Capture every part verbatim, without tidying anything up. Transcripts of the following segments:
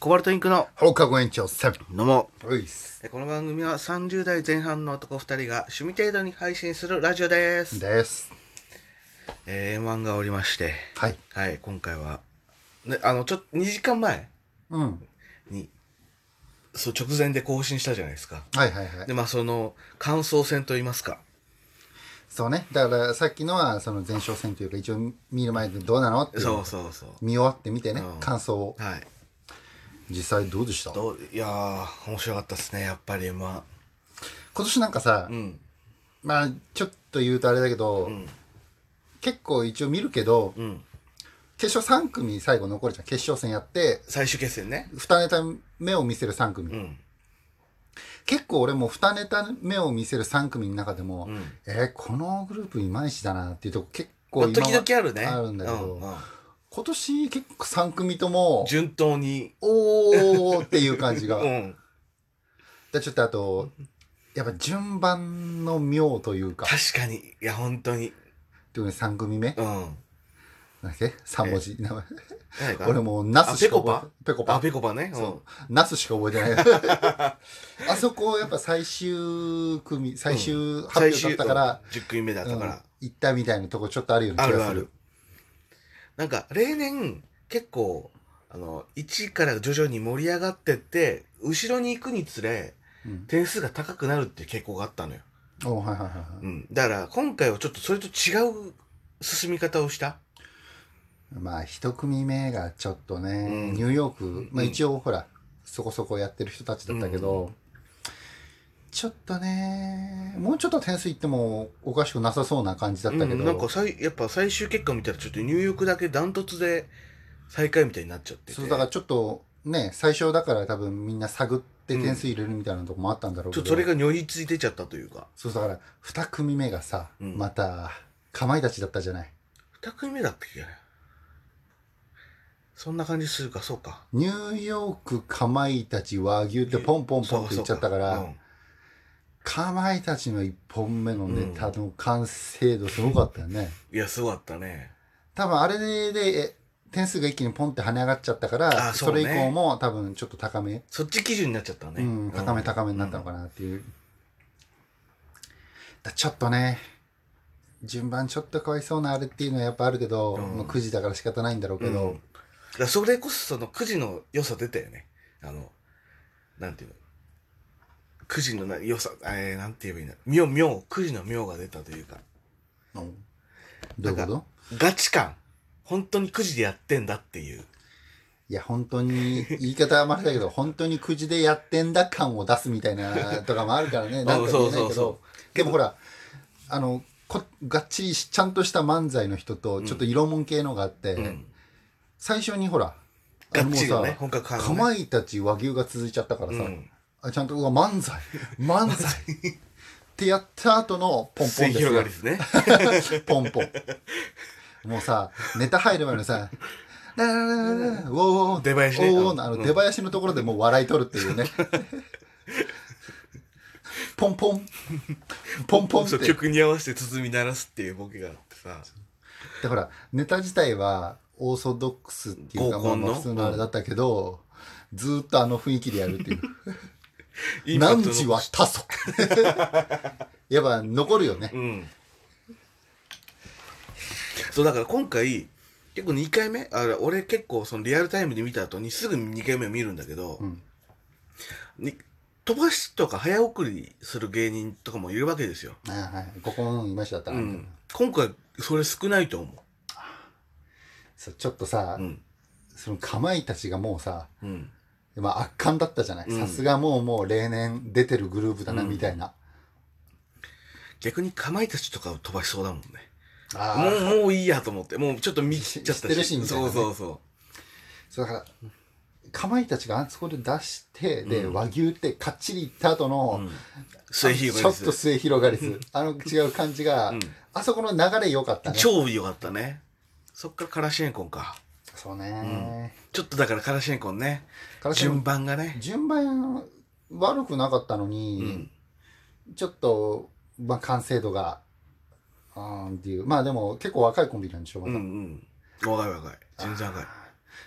コバルトインクの放課後延長セブン。 どうも。 おいっす。 この番組はさんじゅう代前半の男ふたりが趣味程度に配信するラジオです。 です。 えー、エムワン がおりまして、 はい。 はい、今回は、ね、あの、ちょっとにじかんまえうん。 に、そう、直前で更新したじゃないですか。 はいはいはい。 で、まあ、その、感想戦といいますか。 そうね。だからさっきのはその前哨戦というか、一応見る前でどうなのっていうそうそうそう。 見終わってみてね、 うん感想を。 はい。 実際どうでした？ どういやー、面白かったですね、やっぱり、ま今年なんかさ、 あ。うん。 まあちょっと言うとあれだけど、 うん。 結構一応見るけど、 うん。 決勝さん組最後残るじゃん。決勝戦やって、 最終決戦ね。 にネタ目を見せるさん組。 うん。 結構俺もにネタ目を見せるさん組の中でも、 うん、 えー、このグループいまいちだなっていうとこ結構今、まあ、時々あるね。 あるんだけど、 うんうん、 今年結構さん組とも順当におーっていう感じが、 うん、 でちょっとあとやっぱ順番の妙というか、 確かに、いや本当に、 特にさん組目、 うん、 なんだっけさん文字名前、俺もうナスしか覚えペコパあペコパね、 そう、ナスしか覚えてないあそこやっぱ最終組最終発表だったから、 うん、じゅっ組目だったから、うん、 行ったみたいなとこちょっとあるような気がする。あるある。 なんか例年結構あのいちいから徐々に盛り上がってって後ろに行くにつれ、うん、点数が高くなるっていう傾向があったのよ。 おはいはいはいはい、 うん、だから今回はちょっとそれと違う進み方をした。 まあ一組目がちょっとね、うん、ニューヨーク、まあ一応ほら、うん、そこそこやってる人たちだったけど、うん、ちょっとねもうちょっと点数いってもおかしくなさそうな感じだったけど、うん、 なんかさいやっぱ最終結果見たらちょっとニューヨークだけダントツで最下位みたいになっちゃってて、 そうだからちょっとね最初だから多分みんな探って点数入れるみたいなとこもあったんだろうけど、 うん、ちょっとそれが如実に出ちゃったというか、 そうだからに組目がさ、うん、またかまいたちだったじゃない。 に組目だっけ、そんな感じするか。そうか、 ニューヨークかまいたち和牛ってポンポンポンって言っちゃったから、かまいたちのいっぽんめのネタの完成度すごかったよね、 うん、いやすごかったね。 多分あれで点数が一気にポンって跳ね上がっちゃったから、 そ,、ね、それ以降も多分ちょっと高め、 そっち基準になっちゃったね、 うん、高め高めになったのかなっていう、うん、だちょっとね順番ちょっとかわいそうなあれっていうのはやっぱあるけど、うん、もうくじだから仕方ないんだろうけど、うん、 だそれこそそのくじの良さ出たよね。あのなんていうの、くじのな良さ、えー、なんて言えばいいんだ、妙妙くじの妙が出たというか、 うん、どういうこと？ ガチ感、本当にくじでやってんだっていう。 いや本当に言い方はあまりだけど本当にくじでやってんだ感を出すみたいなとかもあるからねなんか言えないけど、でもほらあのこがっちりちゃんとした漫才の人とちょっと色もん系のがあって、うん、最初にほらがっちりね、本格派のね、かまいたち和牛が続いちゃったからさ、うん、あちゃんとうわ漫才漫才ってやった後のポンポンですよ。 末広がりですね。 ポンポン。もうさネタ入る前のさラララララウォーウォー出囃子ね、 おーあの出囃子のところでもう笑い取るっていうね。ポンポンポンポンって曲に合わせて鼓鳴らすっていうボケがあってさ、 でほらネタ自体はオーソドックスっていうかまあまあ普通のあれだったけど、うん、ずーっとあの雰囲気でやるっていう何時はタソやっぱ残るよね、うん、 そうだから今回結構にかいめあれ俺結構そのリアルタイムで見た後にすぐにかいめを見るんだけど、うん、に飛ばしとか早送りする芸人とかもいるわけですよ。 ああはい、ここの今しだったら、うん、 今回それ少ないと思う。 そうちょっとさ、うん、そのかまいたちがもうさ、うん、まあ圧巻だったじゃない。さすがもうもう例年出てるグループだなみたいな、うん、 逆にかまいたちとかを飛ばしそうだもんね。あもうもういいやと思ってもうちょっと見ちゃったし、 知ってるしみたいな、ね、 そうそうそうそうだからかまいたちがあそこで出してで、うん、和牛ってかっちりいった後の、うん、 末広がりちょっと末広がりずあの違う感じが、うん、あそこの流れ良かったね。 超良かったね。そっからカラシエンコンか。 そうね、 うん、ちょっとだからカラシエンコンね順番がね順番悪くなかったのに、うん、ちょっと、まあ、完成度があーっていうまあでも結構若いコンビなんでしょまだ、 うんうん、若い若い全然若い。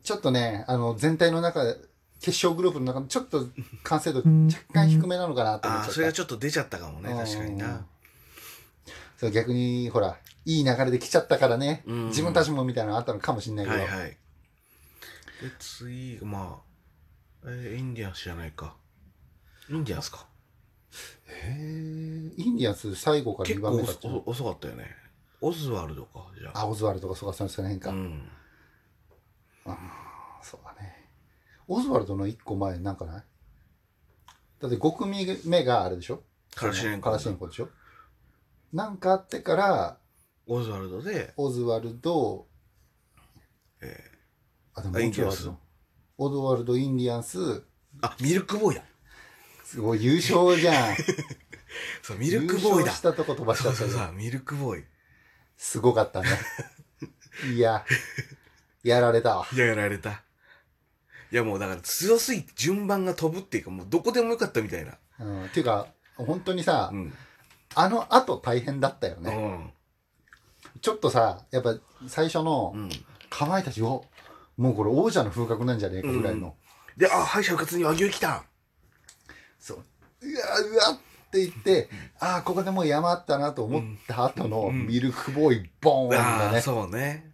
ちょっとね、あの、全体の中で、決勝グループの中でちょっと完成度若干低めなのかなと思っちゃった。 ああ、それがちょっと出ちゃったかもね、確かにな。 それ逆に、ほら、いい流れで来ちゃったからね、 うん、 自分たちもみたいなのあったのかもしれないけど。 はいはい。で、次、まあ、えー、インディアンスじゃないか。インディアンスか。 へえ、インディアンス最後からにばんめだった。 結構遅かったよね。オズワルドか、じゃあ。 あ、オズワルドがそうか、その辺か。 うん。 ああ、そうだね。オズワルドのいっこまえなんかない？だってご組目があれでしょ？ カラシェンコ。 カラシェンコでしょ？なんかあってから、 オズワルドで、 オズワルド、 えー、あ、でももうちょいあるの。オズワルド、インディアンス、 あ、ミルクボーイだ。 すごい優勝じゃん。 そう、ミルクボーイだ。 優勝したとこ飛ばしちゃったそうそうそう、ミルクボーイ。 すごかったね。いや、やられたわ。 いや、やられた。いや、もうだから強すぎて順番が飛ぶっていうか、もうどこでもよかったみたいな。 うん、っていうか、本当にさ、 うん、 あの後大変だったよね。 うん、 ちょっとさ、やっぱ最初の、 うん。 かまいたちを、もうこれ王者の風格なんじゃねえかぐらいの。 うん、で、あ、敗者復活に和牛来た。 そう。うわ、うわって言って、ああ、ここでもう山あったなと思った後のミルクボーイボーンがね。 ああ、そうね。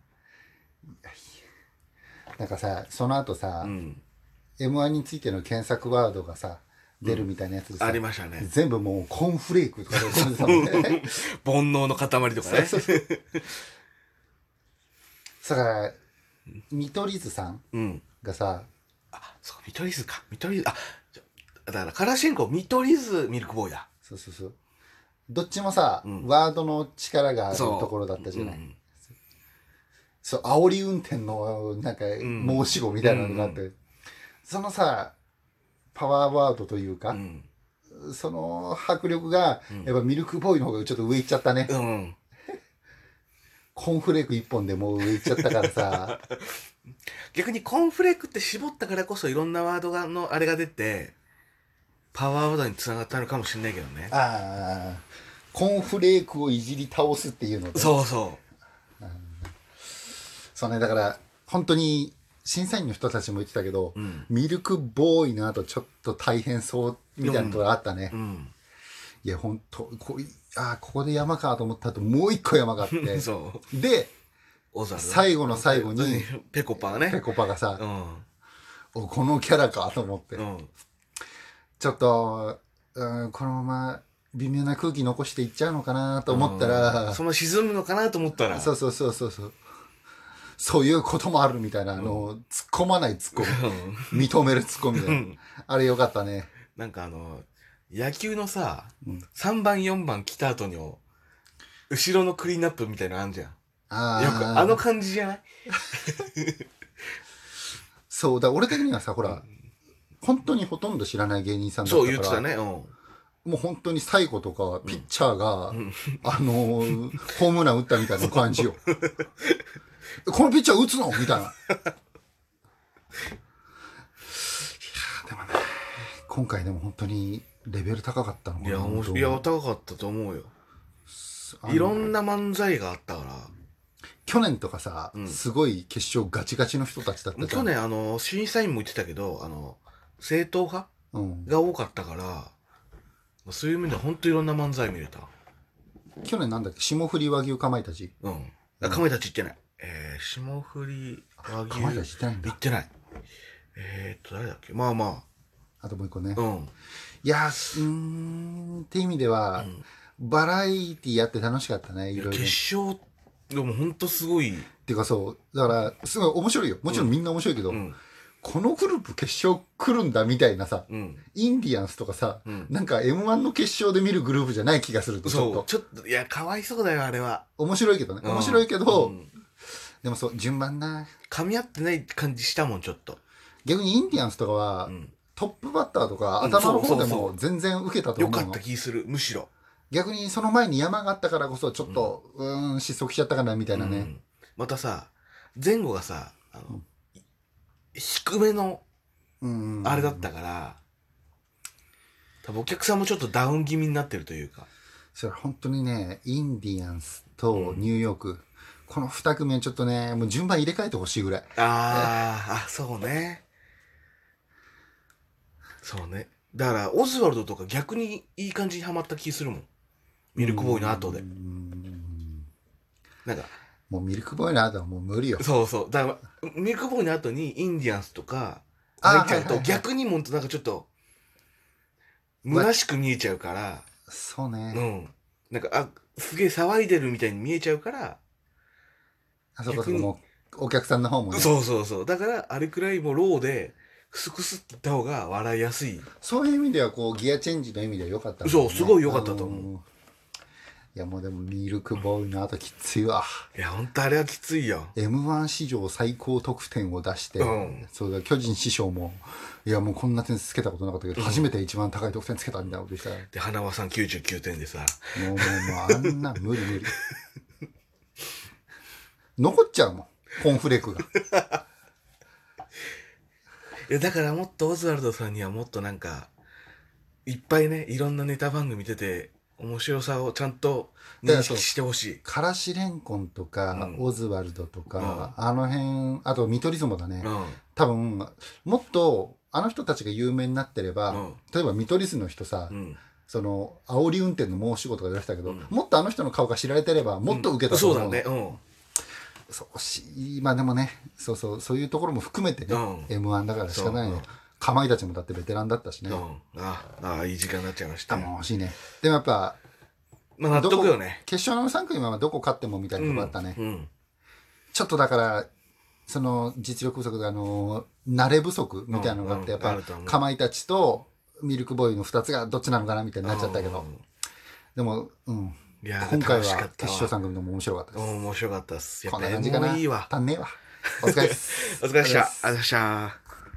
なんかさ、その後さ、 うん、 エムワン についての検索ワードがさ、出るみたいなやつでさ、 ありましたね。 全部もうコーンフレークとかで出てたもんね。 煩悩の塊とかね。 そうそうそう。だから、見取り図さんうん。 がさ、 あ、そう、見取り図か。見取り図、あ、だから、カラシェンコ、見取り図、ミルクボーイだ。 そうそうそう。どっちもさ、 うん、 ワードの力があるところだったじゃない。 うん、 そう、煽り運転の、なんか、申し子みたいなのがあって、うん、そのさ、パワーワードというか、うん、その迫力が、やっぱミルクボーイの方がちょっと上行っちゃったね。うん、コーンフレーク一本でもう上行っちゃったからさ。 逆にコーンフレークって絞ったからこそいろんなワードがのあれが出て、パワーワードにつながったのかもしれないけどね。 ああ、コーンフレークをいじり倒すっていうので。 そうそう。 うん、そうね、だから、本当に、審査員の人たちも言ってたけど、うん、ミルクボーイの後ちょっと大変そうみたいなところがあったね。うんうん、いや、本当こあここで山かと思った後、もう一個山があって。 そう。 で、最後の最後に、 ペコパがね。 ペコパがさ、うん、このキャラかと思って。うん、ちょっと、うん、このまま微妙な空気残していっちゃうのかなと思ったら、 うん、その沈むのかなと思ったら。 そうそうそうそうそう。そういうこともあるみたいな、あの、うん、突っ込まない突っ込み。認める突っ込みで。うん、あれよかったね。 なんかあの、野球のさ、うん、さんばんよんばん来た後に、後ろのクリーンナップみたいなのあんじゃん。あよくあの感じじゃないそうだ、俺的にはさ、ほら、うん、本当にほとんど知らない芸人さんだったから。 そう言ってたね。うん。 もう本当に最後とか、ピッチャーが、うん、あのー、ホームラン打ったみたいな感じよ。このピッチャー打つのみたいな。いやでもね、今回でも本当にレベル高かったのかな。 いや、面白い。いや、高かったと思うよ。いろんな漫才があったから。 去年とかさ、うん、すごい決勝ガチガチの人たちだったじゃん。 去年、あの、審査員も言ってたけど、あの、正統派、うん、が多かったから、そういう意味では本当いろんな漫才見れた。 去年なんだっけ、霜降り和牛かまいたち。 うん。あ、かまいたち行ってない。えー、霜降り和牛。 かまいたち行ってないんだ。 行ってない。えー、っと、誰だっけ、まあまあ。 あともう一個ね。 うん。 いやー、うーん、って意味では、うん、バラエティやって楽しかったね、いろいろ。 決勝、でもほんとすごい。 っていうかそう、だから、すごい面白いよ。もちろんみんな面白いけど、うん、このグループ決勝来るんだみたいなさ、うん、インディアンスとかさ、うん、なんか エムワン の決勝で見るグループじゃない気がすると、 ちょっと。ちょっと、いや、かわいそうだよ、あれは。 面白いけどね。面白いけど、うん、でもそう、順番な。 噛み合ってない感じしたもん、ちょっと。 逆にインディアンスとかは、うん、トップバッターとか、頭の方でも全然受けたと思うの。 よかった気する、むしろ。 逆にその前に山があったからこそ、ちょっと、うん、うーん、失速しちゃったかな、みたいなね。うん、 またさ、前後がさ、あの、うん、低めの、あれだったから、多分お客さんもちょっとダウン気味になってるというか。 それ本当にね、インディアンスとニューヨーク、うん、 このに組はちょっとね、もう順番入れ替えてほしいぐらい。 あー、あ、そうね。そうね。だから、オズワルドとか逆にいい感じにハマった気するもん。ミルクボーイの後で。なんか、 もうミルクボーイの後はもう無理よ。 そうそう。だから、ミルクボーイの後にインディアンスとか、 あ入っちゃうとはいはいはい逆にもうなんかちょっと、虚しく見えちゃうから、 そうね。 うん。なんか、あ、すげえ騒いでるみたいに見えちゃうから、 あそこそこもうお客さんの方もね。 そうそうそう。だから、あれくらいもうローで、クスクスって言った方が笑いやすい。 そういう意味では、こう、ギアチェンジの意味では良かったんだそう、すごい良かったと思う。 いや、もうでも、ミルクボーイの後きついわ。 いや、ほんとあれはきついよ。 エムワン 史上最高得点を出して、 うん、 そうだ、巨人師匠も、いや、もうこんな点つけたことなかったけど、うん、初めて一番高い得点つけたみたいなこと言ってた。 で、花輪さんきゅうじゅうきゅうてんでさ。 もう、もう、もう、あんな無理無理。残っちゃうもん、コーンフレークが。 いや、だからもっとオズワルドさんにはもっとなんか、いっぱいね、いろんなネタ番組出て、面白さをちゃんと認識してほしい。 からしれんこんとか、うん、オズワルドとか、うん、あの辺、あと見取り図もだね、うん、多分、もっとあの人たちが有名になってれば、うん、例えば見取り図の人さ、うん、その、煽り運転の申し子とか出したけど、うん、もっとあの人の顔が知られてれば、もっと受けたと思う、うん、そうだね。うんそうし、まあでもね、そうそう、そういうところも含めてね、うん、エムワン だからしかないよ。かまいたちもだってベテランだったしね。うん、 ああ、いい時間になっちゃいました。 あ、もう欲しいね。でもやっぱ、 まあ納得よね。 決勝のさん組はどこ勝ってもみたいなとこあったね。うんうん、ちょっとだから、その実力不足が、あの、慣れ不足みたいなのがあって、うんうん、やっぱ、かまいたちとミルクボーイのふたつがどっちなのかなみたいになっちゃったけど。うん、でも、うん。いや今回は決勝さん組のも面白かったです。 面白かったです。 こんな感じかな。 いいわ。 足んねえわ。お疲れです。 お疲れっした。ありがとうございました。